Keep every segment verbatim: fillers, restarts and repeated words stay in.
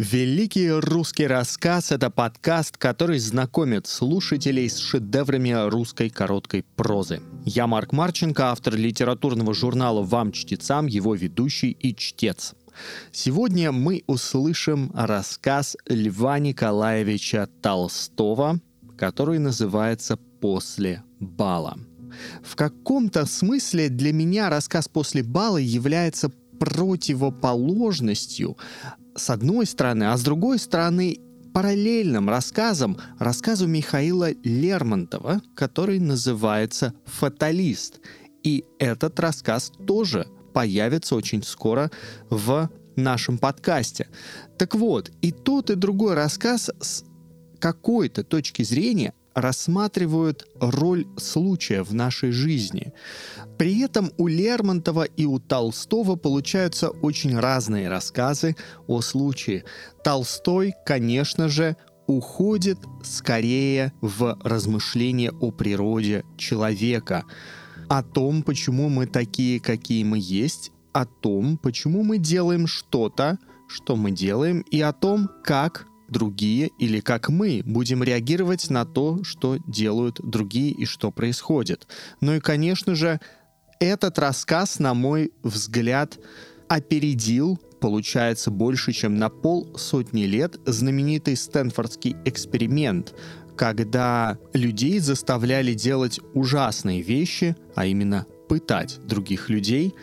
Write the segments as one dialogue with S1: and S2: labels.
S1: Великий русский рассказ — это подкаст, который знакомит слушателей с шедеврами русской короткой прозы. Я Марк Марченко, автор литературного журнала «Вам, чтецам», его ведущий и чтец. Сегодня мы услышим рассказ Льва Николаевича Толстого, который называется «После бала». В каком-то смысле для меня рассказ «После бала» является противоположностью, с одной стороны, а с другой стороны, параллельным рассказом, рассказу Михаила Лермонтова, который называется «Фаталист». И этот рассказ тоже появится очень скоро в нашем подкасте. Так вот, и тот, и другой рассказ с какой-то точки зрения рассматривают роль случая в нашей жизни. При этом у Лермонтова и у Толстого получаются очень разные рассказы о случае. Толстой, конечно же, уходит скорее в размышления о природе человека, о том, почему мы такие, какие мы есть, о том, почему мы делаем что-то, что мы делаем, и о том, как другие или как мы будем реагировать на то, что делают другие и что происходит. Ну и, конечно же, этот рассказ, на мой взгляд, опередил, получается, больше, чем на полсотни лет знаменитый Стэнфордский эксперимент, когда людей заставляли делать ужасные вещи, а именно пытать других людей,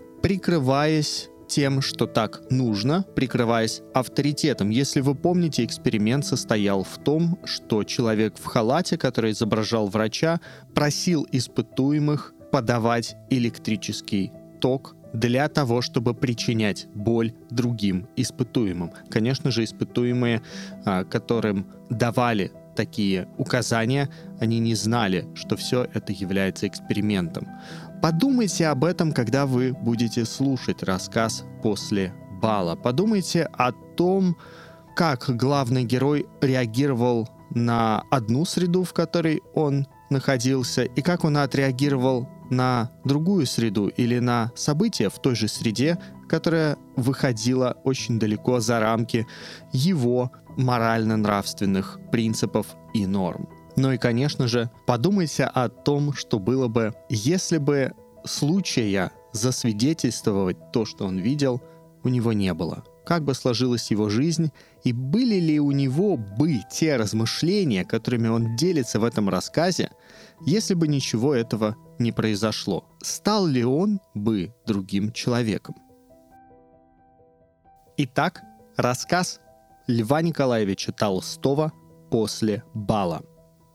S1: прикрываясь тем, что так нужно, прикрываясь авторитетом. Если вы помните, эксперимент состоял в том, что человек в халате, который изображал врача, просил испытуемых подавать электрический ток для того, чтобы причинять боль другим испытуемым. Конечно же, испытуемые, которым давали такие указания, они не знали, что все это является экспериментом. Подумайте об этом, когда вы будете слушать рассказ «После бала». Подумайте о том, как главный герой реагировал на одну среду, в которой он находился, и как он отреагировал на другую среду или на события в той же среде, которая выходила очень далеко за рамки его морально-нравственных принципов и норм. Ну и, конечно же, подумайте о том, что было бы, если бы случая засвидетельствовать то, что он видел, у него не было. Как бы сложилась его жизнь, и были ли у него бы те размышления, которыми он делится в этом рассказе, если бы ничего этого не произошло? Стал ли он бы другим человеком? Итак, рассказ Льва Николаевича Толстого «После бала».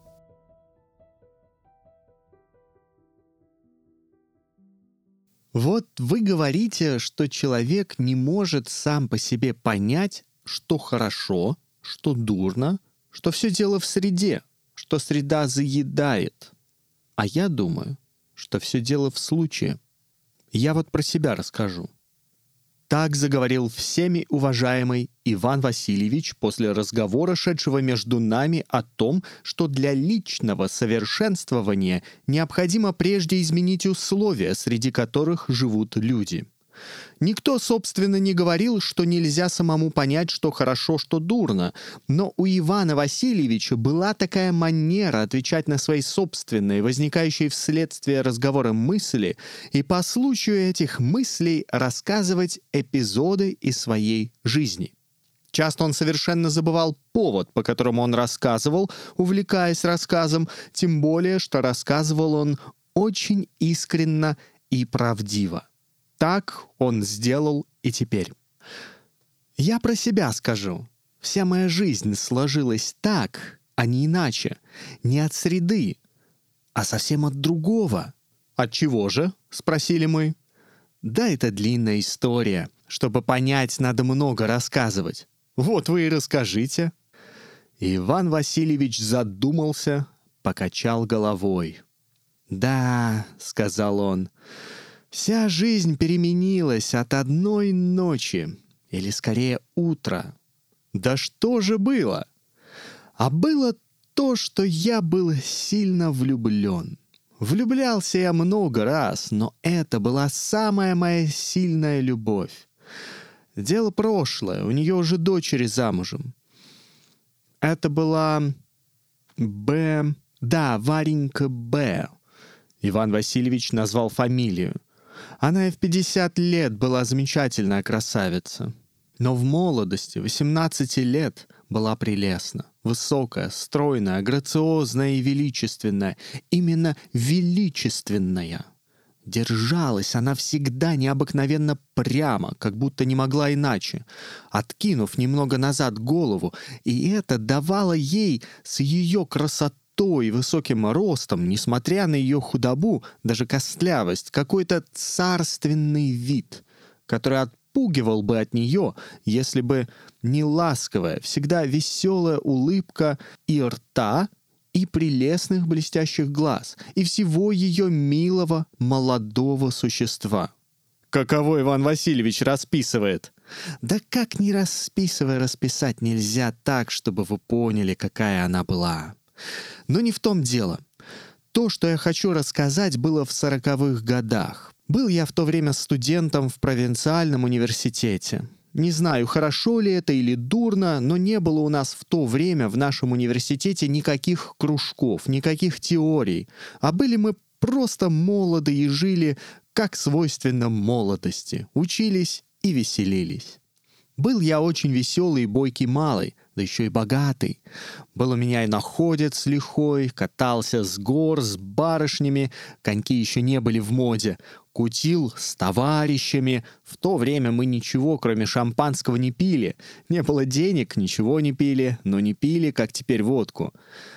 S1: Вот вы говорите, что человек не может сам по себе понять, что хорошо, что дурно, что все дело в среде, что среда заедает. А я думаю, что все дело в случае. Я вот про себя расскажу. Так заговорил всеми уважаемый Иван Васильевич после разговора, шедшего между нами, о том, что для личного совершенствования необходимо прежде изменить условия, среди которых живут люди. Никто, собственно, не говорил, что нельзя самому понять, что хорошо, что дурно, но у Ивана Васильевича была такая манера отвечать на свои собственные, возникающие вследствие разговора мысли, и по случаю этих мыслей рассказывать эпизоды из своей жизни. Часто он совершенно забывал повод, по которому он рассказывал, увлекаясь рассказом, тем более, что рассказывал он очень искренно и правдиво. Так он сделал и теперь. Я про себя скажу. Вся моя жизнь сложилась так, а не иначе. Не от среды, а совсем от другого. «От чего же?» — спросили мы. «Да, это длинная история. Чтобы понять, надо много рассказывать. Вот вы и расскажите». Иван Васильевич задумался, покачал головой. «Да», — сказал он, — «вся жизнь переменилась от одной ночи, или скорее утра. Да что же было? А было то, что я был сильно влюблен. Влюблялся я много раз, но это была самая моя сильная любовь. Дело прошлое, у нее уже дочери замужем. Это была Б... Да, Варенька Б. Иван Васильевич назвал фамилию. Она и в пятьдесят лет была замечательная красавица. Но в молодости, восемнадцати лет, была прелестна. Высокая, стройная, грациозная и величественная. Именно величественная. Держалась она всегда необыкновенно прямо, как будто не могла иначе, откинув немного назад голову, и это давало ей с ее красотой и высоким ростом, несмотря на ее худобу, даже костлявость, какой-то царственный вид, который отпугивал бы от нее, если бы не ласковая, всегда веселая улыбка и рта, и прелестных блестящих глаз, и всего ее милого молодого существа. Каково Иван Васильевич расписывает? Да как не расписывая, расписать нельзя так, чтобы вы поняли, какая она была. Но не в том дело. То, что я хочу рассказать, было в сороковых годах. Был я в то время студентом в провинциальном университете. Не знаю, хорошо ли это или дурно, но не было у нас в то время в нашем университете никаких кружков, никаких теорий, а были мы просто молоды и жили, как свойственно молодости, учились и веселились. Был я очень веселый и бойкий малый, да еще и богатый. Был у меня и находец лихой, катался с гор с барышнями, коньки еще не были в моде, кутил с товарищами. В то время мы ничего, кроме шампанского, не пили. Не было денег, ничего не пили, но не пили, как теперь, водку.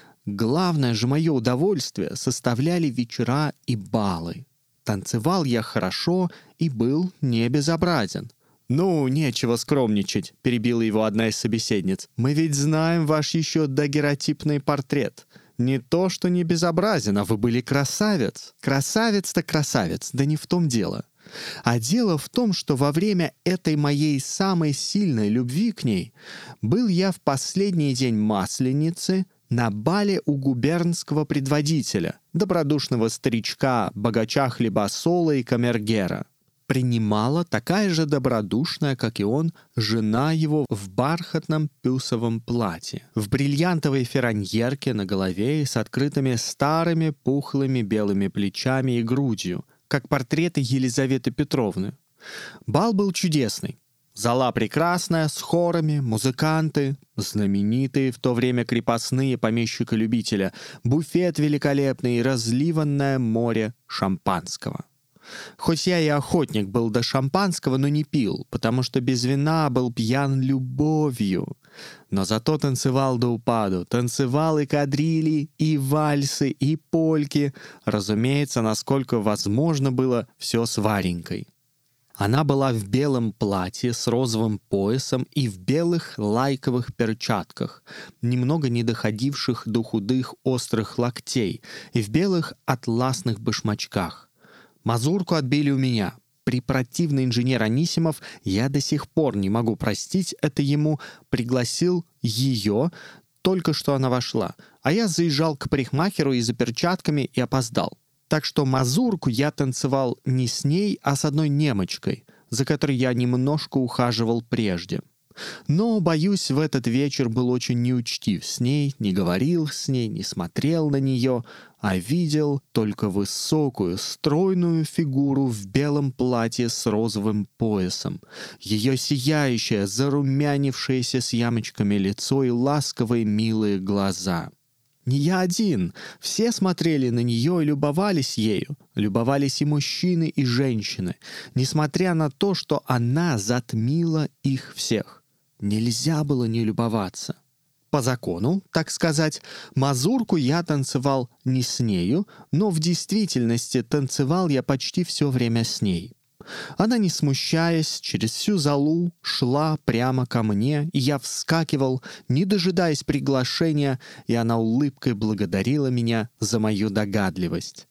S1: Главное же мое удовольствие составляли вечера и балы. Танцевал я хорошо и был не безобразен. «Ну, нечего скромничать», — перебила его одна из собеседниц. «Мы ведь знаем ваш еще дагеротипный портрет. Не то, что не безобразен, а вы были красавец. Красавец-то красавец, да не в том дело. А дело в том, что во время этой моей самой сильной любви к ней был я в последний день Масленицы на бале у губернского предводителя, добродушного старичка, богача хлебосола и камергера. Принимала такая же добродушная, как и он, жена его в бархатном пюсовом платье, в бриллиантовой фераньерке на голове и с открытыми старыми пухлыми белыми плечами и грудью, как портреты Елизаветы Петровны. Бал был чудесный. Зала прекрасная, с хорами, музыканты, знаменитые в то время крепостные помещика-любителя, буфет великолепный и разливанное море шампанского. Хоть я и охотник был до шампанского, но не пил, потому что без вина был пьян любовью. Но зато танцевал до упаду, танцевал и кадрили, и вальсы, и польки. Разумеется, насколько возможно было, все с Варенькой. Она была в белом платье с розовым поясом и в белых лайковых перчатках, немного не доходивших до худых острых локтей, и в белых атласных башмачках. Мазурку отбили у меня. Препротивный инженер Анисимов, я до сих пор не могу простить это ему, пригласил ее, только что она вошла, а я заезжал к парикмахеру и за перчатками и опоздал. Так что мазурку я танцевал не с ней, а с одной немочкой, за которой я немножко ухаживал прежде. Но, боюсь, в этот вечер был очень неучтив с ней, не говорил с ней, не смотрел на нее, а видел только высокую, стройную фигуру в белом платье с розовым поясом, ее сияющее, зарумянившееся с ямочками лицо и ласковые милые глаза. Не я один, все смотрели на нее и любовались ею, любовались и мужчины, и женщины, несмотря на то, что она затмила их всех. Нельзя было не любоваться. По закону, так сказать, мазурку я танцевал не с нею, но в действительности танцевал я почти все время с ней. Она, не смущаясь, через всю залу шла прямо ко мне, и я вскакивал, не дожидаясь приглашения, и она улыбкой благодарила меня за мою догадливость.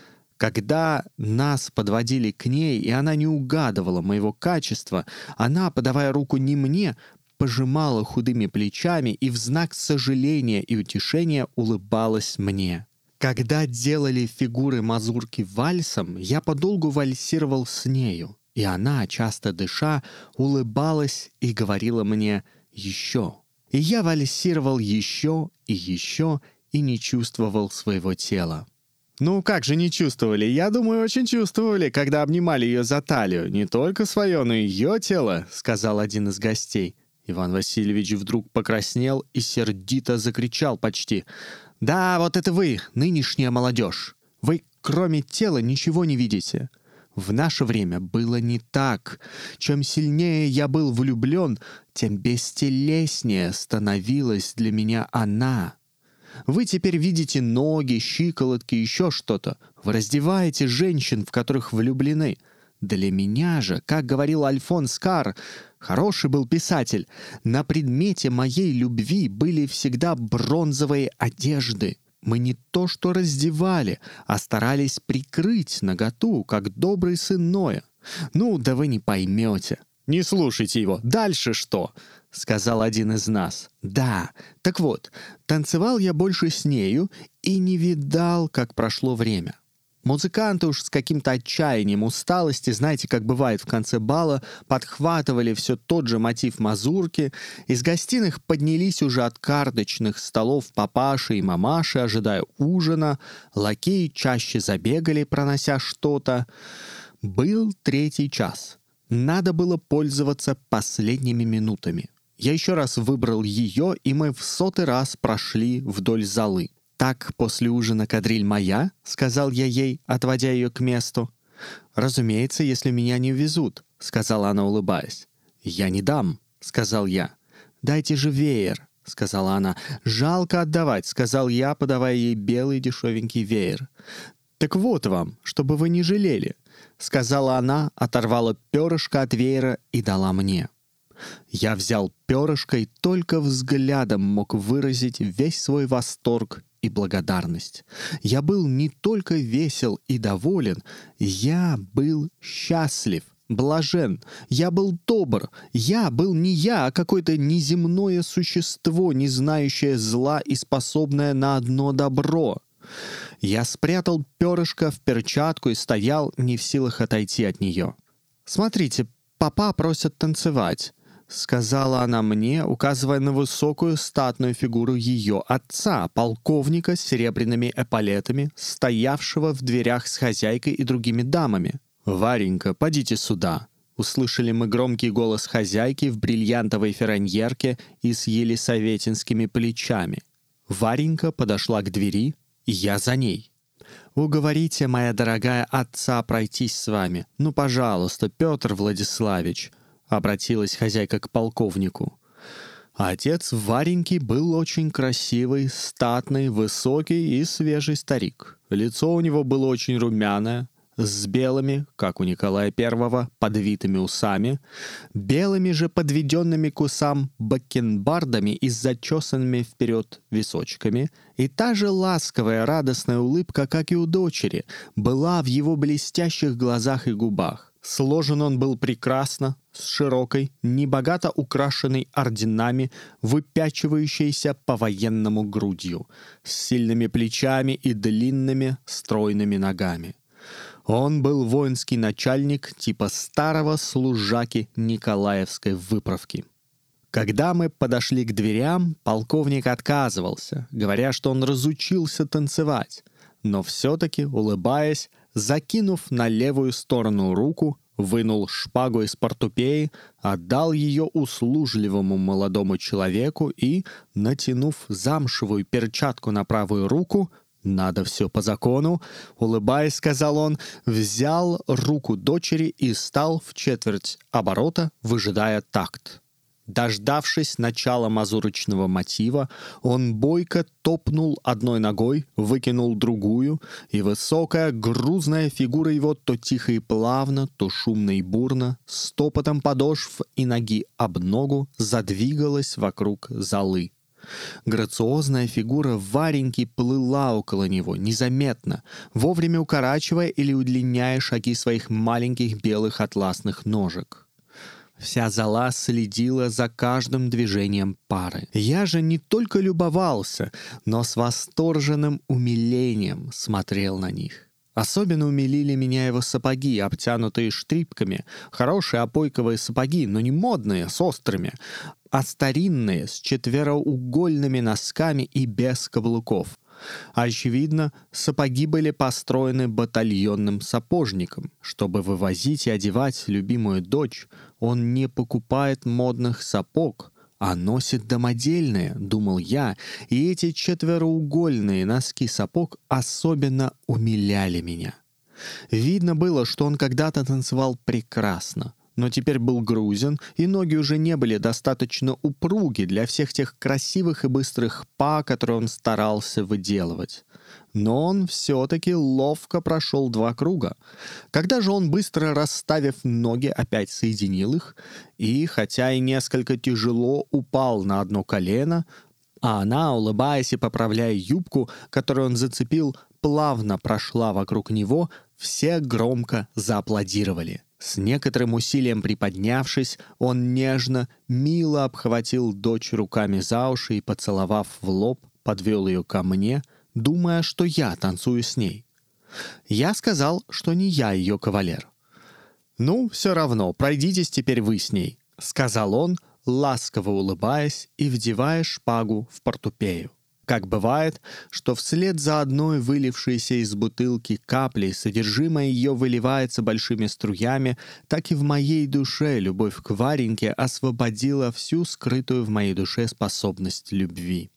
S1: Когда нас подводили к ней, и она не угадывала моего качества, она, подавая руку не мне, пожимала худыми плечами и в знак сожаления и утешения улыбалась мне. Когда делали фигуры мазурки вальсом, я подолгу вальсировал с нею. И она, часто дыша, улыбалась и говорила мне «еще». И я вальсировал еще и еще и не чувствовал своего тела. «Ну, как же не чувствовали? Я думаю, очень чувствовали, когда обнимали ее за талию. Не только свое, но и ее тело», — сказал один из гостей. Иван Васильевич вдруг покраснел и сердито закричал почти. «Да, вот это вы, нынешняя молодежь. Вы, кроме тела, ничего не видите. В наше время было не так. Чем сильнее я был влюблен, тем бестелеснее становилась для меня она. Вы теперь видите ноги, щиколотки, еще что-то. Вы раздеваете женщин, в которых влюблены. Для меня же, как говорил Альфонс Карр, хороший был писатель, на предмете моей любви были всегда бронзовые одежды. Мы не то что раздевали, а старались прикрыть наготу, как добрый сын Ноя. Ну, да вы не поймете. Не слушайте его. Дальше что?» — сказал один из нас. «Да, так вот, танцевал я больше с нею и не видал, как прошло время. Музыканты уж с каким-то отчаянием усталости, знаете, как бывает в конце бала, подхватывали все тот же мотив мазурки. Из гостиных поднялись уже от карточных столов папаши и мамаши, ожидая ужина. Лакеи чаще забегали, пронося что-то. Был третий час. Надо было пользоваться последними минутами. Я еще раз выбрал ее, и мы в сотый раз прошли вдоль залы. «Так, после ужина кадриль моя?» — сказал я ей, отводя ее к месту. «Разумеется, если меня не везут», — сказала она, улыбаясь. «Я не дам», — сказал я. «Дайте же веер», — сказала она. «Жалко отдавать», — сказал я, подавая ей белый дешевенький веер. «Так вот вам, чтобы вы не жалели», — сказала она, оторвала перышко от веера и дала мне. Я взял перышко и только взглядом мог выразить весь свой восторг и благодарность. Я был не только весел и доволен, я был счастлив, блажен, я был добр, я был не я, а какое-то неземное существо, не знающее зла и способное на одно добро. Я спрятал перышко в перчатку и стоял, не в силах отойти от нее. «Смотрите, папа просят танцевать», — сказала она мне, указывая на высокую статную фигуру ее отца, полковника с серебряными эполетами, стоявшего в дверях с хозяйкой и другими дамами. «Варенька, подите сюда», — услышали мы громкий голос хозяйки в бриллиантовой фераньерке и с елисаветинскими плечами. Варенька подошла к двери, и я за ней. «Уговорите, моя дорогая, отца пройтись с вами. Ну, пожалуйста, Петр Владиславич», — обратилась хозяйка к полковнику. Отец Вареньки был очень красивый, статный, высокий и свежий старик. Лицо у него было очень румяное, с белыми, как у Николая Первого, подвитыми усами, белыми же подведенными к усам бакенбардами и с зачесанными вперед височками, и та же ласковая радостная улыбка, как и у дочери, была в его блестящих глазах и губах. Сложен он был прекрасно, с широкой, небогато украшенной орденами, выпячивающейся по-военному грудью, с сильными плечами и длинными стройными ногами. Он был воинский начальник типа старого служаки Николаевской выправки. Когда мы подошли к дверям, полковник отказывался, говоря, что он разучился танцевать, но все-таки, улыбаясь, закинув на левую сторону руку, вынул шпагу из портупеи, отдал ее услужливому молодому человеку и, натянув замшевую перчатку на правую руку, «Надо все по закону», — улыбаясь, сказал он, взял руку дочери и стал в четверть оборота, выжидая такт. Дождавшись начала мазурочного мотива, он бойко топнул одной ногой, выкинул другую, и высокая грузная фигура его то тихо и плавно, то шумно и бурно, с топотом подошв и ноги об ногу задвигалась вокруг залы. Грациозная фигура Вареньки плыла около него, незаметно, вовремя укорачивая или удлиняя шаги своих маленьких белых атласных ножек. Вся зала следила за каждым движением пары. Я же не только любовался, но с восторженным умилением смотрел на них. Особенно умилили меня его сапоги, обтянутые штрипками. Хорошие опойковые сапоги, но не модные, с острыми, а старинные, с четвероугольными носками и без каблуков. Очевидно, сапоги были построены батальонным сапожником. Чтобы вывозить и одевать любимую дочь, он не покупает модных сапог, а носит домодельные, думал я, и эти четвероугольные носки сапог особенно умиляли меня. Видно было, что он когда-то танцевал прекрасно, но теперь был грузен, и ноги уже не были достаточно упруги для всех тех красивых и быстрых па, которые он старался выделывать. Но он все-таки ловко прошел два круга. Когда же он, быстро расставив ноги, опять соединил их, и, хотя и несколько тяжело, упал на одно колено, а она, улыбаясь и поправляя юбку, которую он зацепил, плавно прошла вокруг него, все громко зааплодировали. С некоторым усилием приподнявшись, он нежно, мило обхватил дочь руками за уши и, поцеловав в лоб, подвел ее ко мне, думая, что я танцую с ней. Я сказал, что не я ее кавалер. «Ну, все равно, пройдитесь теперь вы с ней», — сказал он, ласково улыбаясь и вдевая шпагу в портупею. Как бывает, что вслед за одной вылившейся из бутылки каплей содержимое ее выливается большими струями, так и в моей душе любовь к Вареньке освободила всю скрытую в моей душе способность любви.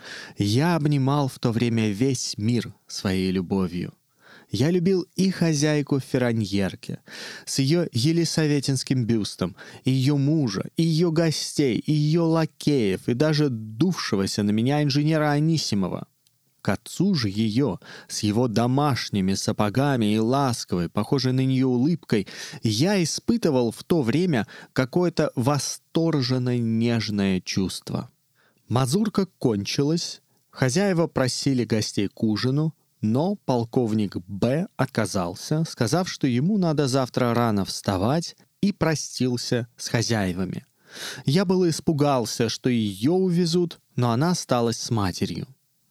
S1: Я обнимал в то время весь мир своей любовью. Я любил и хозяйку Ферраньерке с ее елисаветинским бюстом, и ее мужа, и ее гостей, и ее лакеев, и даже дувшегося на меня инженера Анисимова. К отцу же ее, с его домашними сапогами и ласковой, похожей на нее улыбкой, я испытывал в то время какое-то восторженное нежное чувство. Мазурка кончилась, хозяева просили гостей к ужину, но полковник Б. отказался, сказав, что ему надо завтра рано вставать, и простился с хозяевами. Я было испугался, что ее увезут, но она осталась с матерью.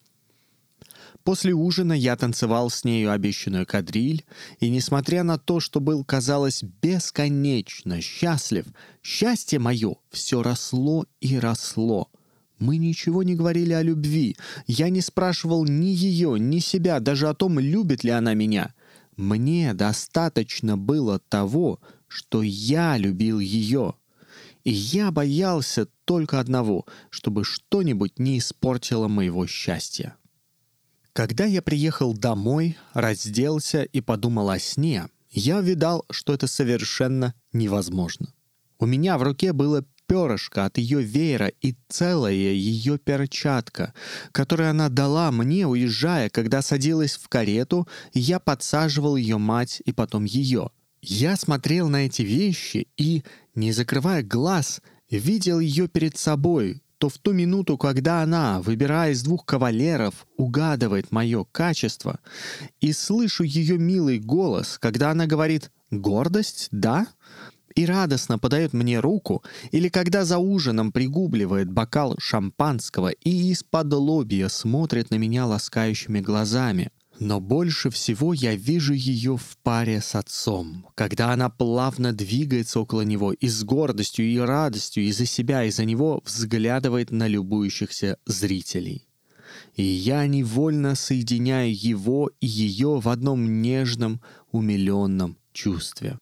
S1: После ужина я танцевал с нею обещанную кадриль, и, несмотря на то, что был, казалось, бесконечно счастлив, счастье мое все росло и росло. Мы ничего не говорили о любви. Я не спрашивал ни ее, ни себя, даже о том, любит ли она меня. Мне достаточно было того, что я любил ее. И я боялся только одного, чтобы что-нибудь не испортило моего счастья. Когда я приехал домой, разделся и подумал о сне, я увидал, что это совершенно невозможно. У меня в руке было перышко от ее веера и целая ее перчатка, которую она дала мне, уезжая, когда садилась в карету, и я подсаживал ее мать и потом ее. Я смотрел на эти вещи и, не закрывая глаз, видел ее перед собой, то в ту минуту, когда она, выбирая из двух кавалеров, угадывает мое качество, и слышу ее милый голос, когда она говорит «гордость, да?» и радостно подает мне руку, или когда за ужином пригубливает бокал шампанского и из-под лобья смотрит на меня ласкающими глазами. Но больше всего я вижу ее в паре с отцом, когда она плавно двигается около него и с гордостью и радостью и за себя, и за него взглядывает на любующихся зрителей. И я невольно соединяю его и ее в одном нежном, умиленном чувстве.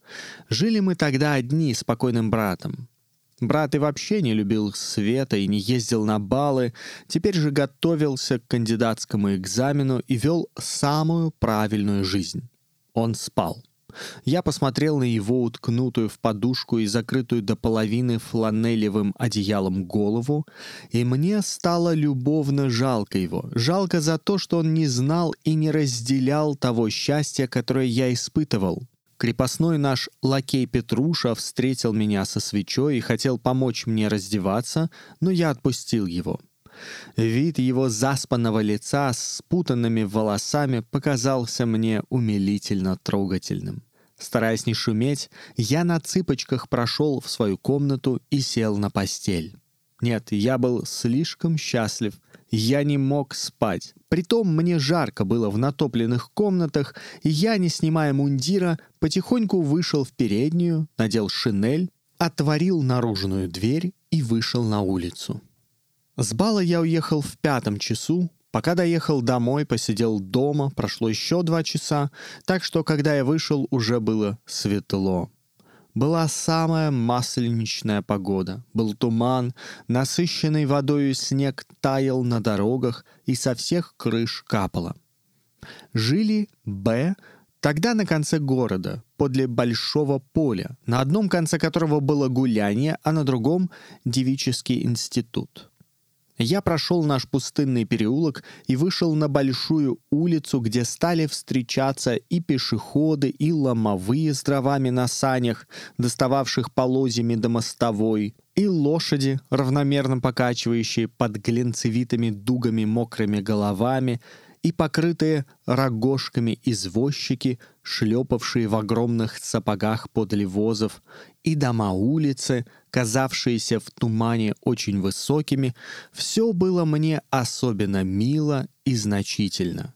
S1: Жили мы тогда одни с покойным братом. Брат и вообще не любил света и не ездил на балы, теперь же готовился к кандидатскому экзамену и вел самую правильную жизнь. Он спал. Я посмотрел на его уткнутую в подушку и закрытую до половины фланелевым одеялом голову, и мне стало любовно жалко его. Жалко за то, что он не знал и не разделял того счастья, которое я испытывал. Крепостной наш лакей Петруша встретил меня со свечой и хотел помочь мне раздеваться, но я отпустил его. Вид его заспанного лица с спутанными волосами показался мне умилительно трогательным. Стараясь не шуметь, я на цыпочках прошел в свою комнату и сел на постель. Нет, я был слишком счастлив. Я не мог спать. Притом мне жарко было в натопленных комнатах, и я, не снимая мундира, потихоньку вышел в переднюю, надел шинель, отворил наружную дверь и вышел на улицу. С бала я уехал в пятом часу. Пока доехал домой, посидел дома, прошло еще два часа, так что, когда я вышел, уже было светло. Была самая масленичная погода. Был туман, насыщенный водою снег таял на дорогах и со всех крыш капало. Жили Б. тогда на конце города, подле большого поля, на одном конце которого было гуляние, а на другом — девический институт. Я прошел наш пустынный переулок и вышел на большую улицу, где стали встречаться и пешеходы, и ломовые с дровами на санях, достававших полозьями до мостовой, и лошади, равномерно покачивающие под глинцевитыми дугами мокрыми головами, и покрытые рогожками извозчики, шлепавшие в огромных сапогах подле возов, и дома улицы, казавшиеся в тумане очень высокими, все было мне особенно мило и значительно.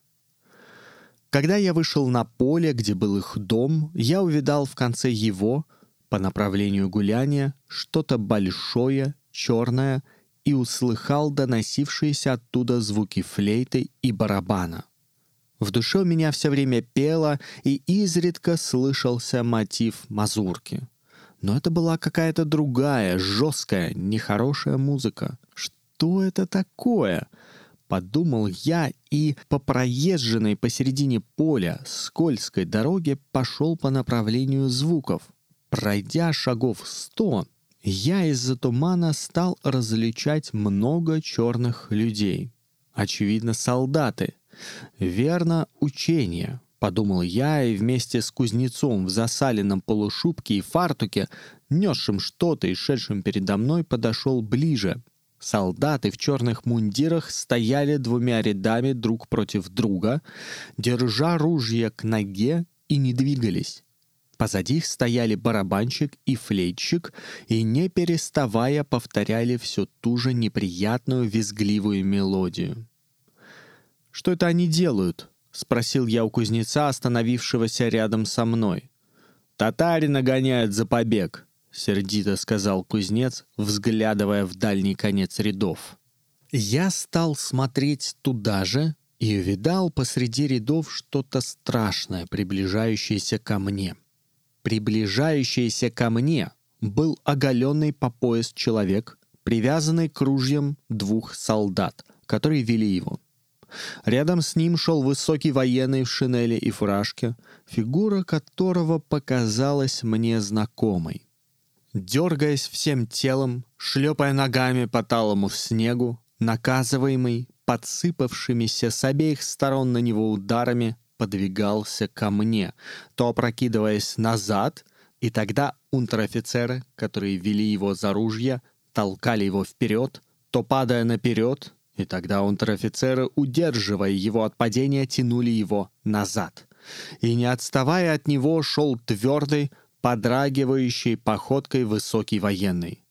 S1: Когда я вышел на поле, где был их дом, я увидал в конце его, по направлению гуляния, что-то большое, черное, и услыхал доносившиеся оттуда звуки флейты и барабана. В душе у меня все время пело, и изредка слышался мотив мазурки. Но это была какая-то другая, жесткая, нехорошая музыка. Что это такое? Подумал я и по проезженной посередине поля скользкой дороге пошел по направлению звуков. Пройдя шагов сто, я из-за тумана стал различать много черных людей. Очевидно, солдаты. Верно, учения. Подумал я, и вместе с кузнецом в засаленном полушубке и фартуке, несшим что-то и шедшим передо мной, подошел ближе. Солдаты в черных мундирах стояли двумя рядами друг против друга, держа ружья к ноге, и не двигались. Позади их стояли барабанщик и флейтщик, и, не переставая, повторяли всю ту же неприятную визгливую мелодию. «Что это они делают?» — спросил я у кузнеца, остановившегося рядом со мной. «Татарина гоняют за побег», — сердито сказал кузнец, взглядывая в дальний конец рядов. Я стал смотреть туда же и увидал посреди рядов что-то страшное, приближающееся ко мне. Приближающийся ко мне был оголенный по пояс человек, привязанный к ружьям двух солдат, которые вели его. Рядом с ним шел высокий военный в шинели и фуражке, фигура которого показалась мне знакомой. Дергаясь всем телом, шлепая ногами по талому снегу, наказываемый подсыпавшимися с обеих сторон на него ударами, подвигался ко мне, то опрокидываясь назад, и тогда унтер-офицеры, которые вели его за ружья, толкали его вперед, то падая наперед, и тогда унтер-офицеры, удерживая его от падения, тянули его назад. И не отставая от него, шел твердый, подрагивающей походкой высокий военный.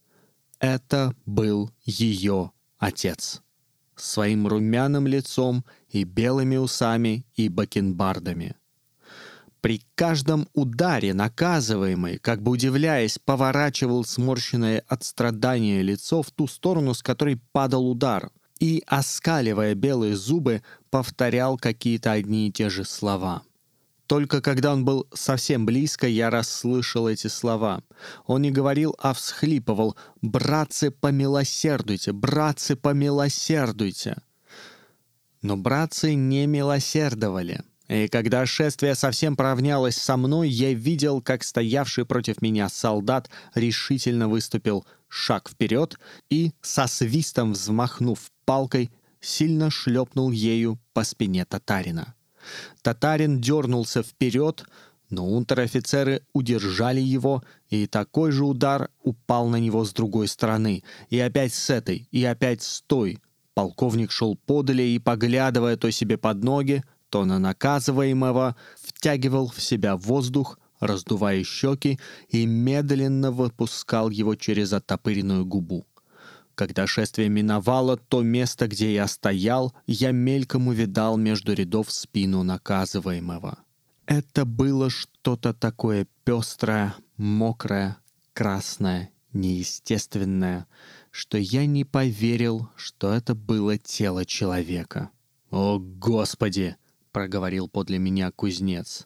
S1: Это был ее отец. Своим румяным лицом и белыми усами и бакенбардами. При каждом ударе наказываемый, как бы удивляясь, поворачивал сморщенное от страдания лицо в ту сторону, с которой падал удар, и, оскаливая белые зубы, повторял какие-то одни и те же слова. Только когда он был совсем близко, я расслышал эти слова. Он не говорил, а всхлипывал: «Братцы, помилосердуйте! Братцы, помилосердуйте!» Но братцы не милосердовали. И когда шествие совсем поравнялось со мной, я видел, как стоявший против меня солдат решительно выступил шаг вперед и, со свистом взмахнув палкой, сильно шлепнул ею по спине татарина. Татарин дернулся вперед, но унтер-офицеры удержали его, и такой же удар упал на него с другой стороны, и опять с этой, и опять с той. Полковник шел подале и, поглядывая то себе под ноги, то на наказываемого, втягивал в себя воздух, раздувая щеки, и медленно выпускал его через оттопыренную губу. Когда шествие миновало то место, где я стоял, я мельком увидал между рядов спину наказываемого. Это было что-то такое пестрое, мокрое, красное, неестественное, что я не поверил, что это было тело человека. «О, Господи!» — проговорил подле меня кузнец.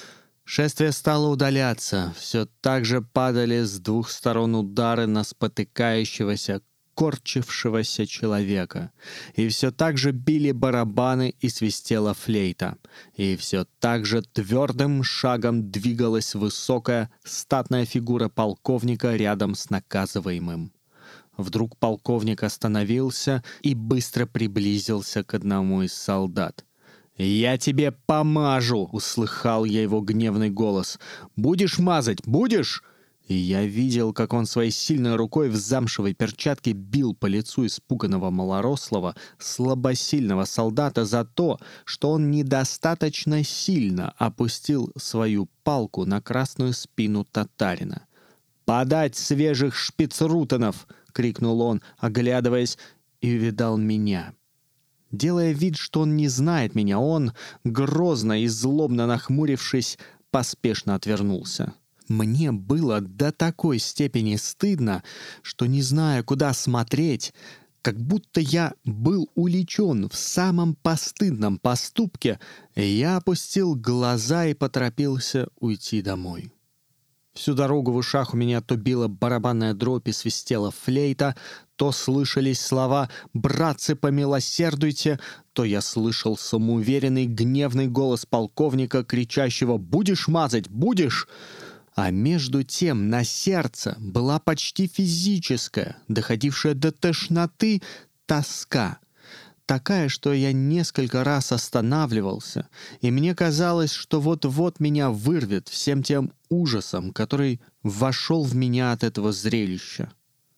S1: Шествие стало удаляться. Все так же падали с двух сторон удары на спотыкающегося, корчившегося человека. И все так же били барабаны и свистела флейта. И все так же твердым шагом двигалась высокая, статная фигура полковника рядом с наказываемым. Вдруг полковник остановился и быстро приблизился к одному из солдат. «Я тебе помажу!» — услыхал я его гневный голос. «Будешь мазать? Будешь?» И я видел, как он своей сильной рукой в замшевой перчатке бил по лицу испуганного малорослого, слабосильного солдата за то, что он недостаточно сильно опустил свою палку на красную спину татарина. «Подать свежих шпицрутенов!» — крикнул он, оглядываясь, и увидал меня. Делая вид, что он не знает меня, он, грозно и злобно нахмурившись, поспешно отвернулся. Мне было до такой степени стыдно, что, не зная, куда смотреть, как будто я был уличен в самом постыдном поступке, я опустил глаза и поторопился уйти домой. Всю дорогу в ушах у меня то била барабанная дробь и свистела флейта, то слышались слова «Братцы, помилосердуйте», то я слышал самоуверенный гневный голос полковника, кричащего «Будешь мазать, будешь!». А между тем на сердце была почти физическая, доходившая до тошноты, тоска. Такая, что я несколько раз останавливался, и мне казалось, что вот-вот меня вырвет всем тем ужасом, который вошел в меня от этого зрелища.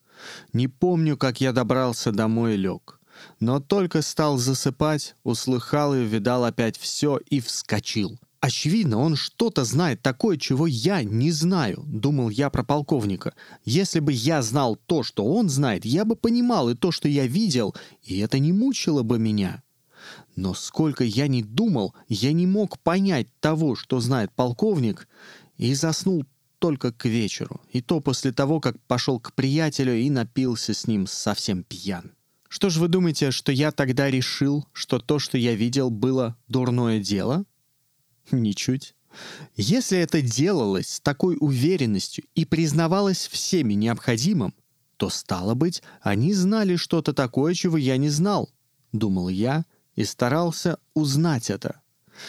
S1: Не помню, как я добрался домой и лег, но только стал засыпать, услыхал и увидал опять все и вскочил. Очевидно, он что-то знает такое, чего я не знаю, думал я про полковника. Если бы я знал то, что он знает, я бы понимал и то, что я видел, и это не мучило бы меня. Но сколько я ни думал, я не мог понять того, что знает полковник, и заснул только к вечеру, и то после того, как пошел к приятелю и напился с ним совсем пьян. Что же вы думаете, что я тогда решил, что то, что я видел, было дурное дело? Ничуть. Если это делалось с такой уверенностью и признавалось всеми необходимым, то, стало быть, они знали что-то такое, чего я не знал, думал я и старался узнать это.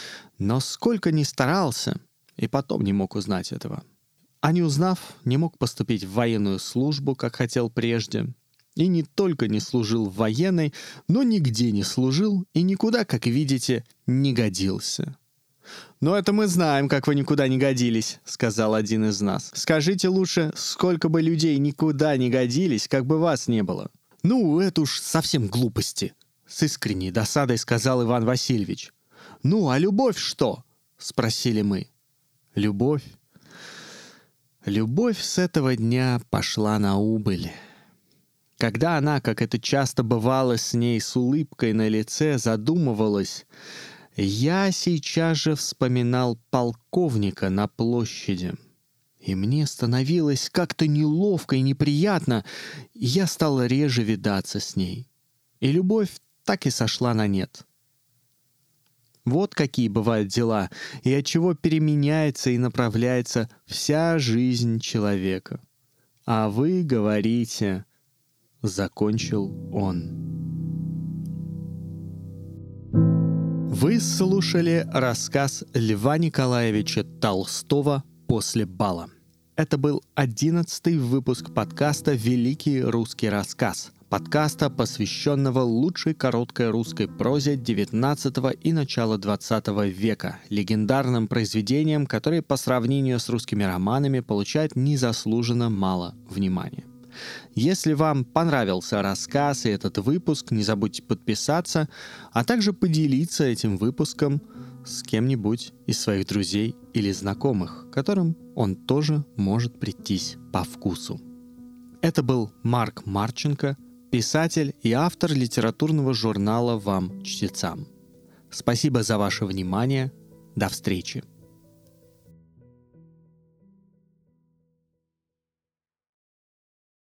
S1: Но сколько ни старался, и потом не мог узнать этого. А не узнав, не мог поступить в военную службу, как хотел прежде. И не только не служил в военной, но нигде не служил и никуда, как видите, не годился. «Но это мы знаем, как вы никуда не годились», — сказал один из нас. «Скажите лучше, сколько бы людей никуда не годились, как бы вас не было». «Ну, это уж совсем глупости», — с искренней досадой сказал Иван Васильевич. «Ну, а любовь что?» — спросили мы. «Любовь?» Любовь с этого дня пошла на убыль. Когда она, как это часто бывало с ней, с улыбкой на лице задумывалась, я сейчас же вспоминал полковника на площади. И мне становилось как-то неловко и неприятно, и я стал реже видаться с ней. И любовь так и сошла на нет. Вот какие бывают дела, и отчего переменяется и направляется вся жизнь человека. А вы говорите, закончил он. Вы слушали рассказ Льва Николаевича Толстого «После бала». Это был одиннадцатый выпуск подкаста «Великий русский рассказ», подкаста, посвященного лучшей короткой русской прозе девятнадцатого и начала двадцатого века, легендарным произведениям, которые по сравнению с русскими романами получают незаслуженно мало внимания. Если вам понравился рассказ и этот выпуск, не забудьте подписаться, а также поделиться этим выпуском с кем-нибудь из своих друзей или знакомых, которым он тоже может прийтись по вкусу. Это был Марк Марченко. писатель и автор литературного журнала «Вам, чтецам». Спасибо за ваше внимание. До встречи.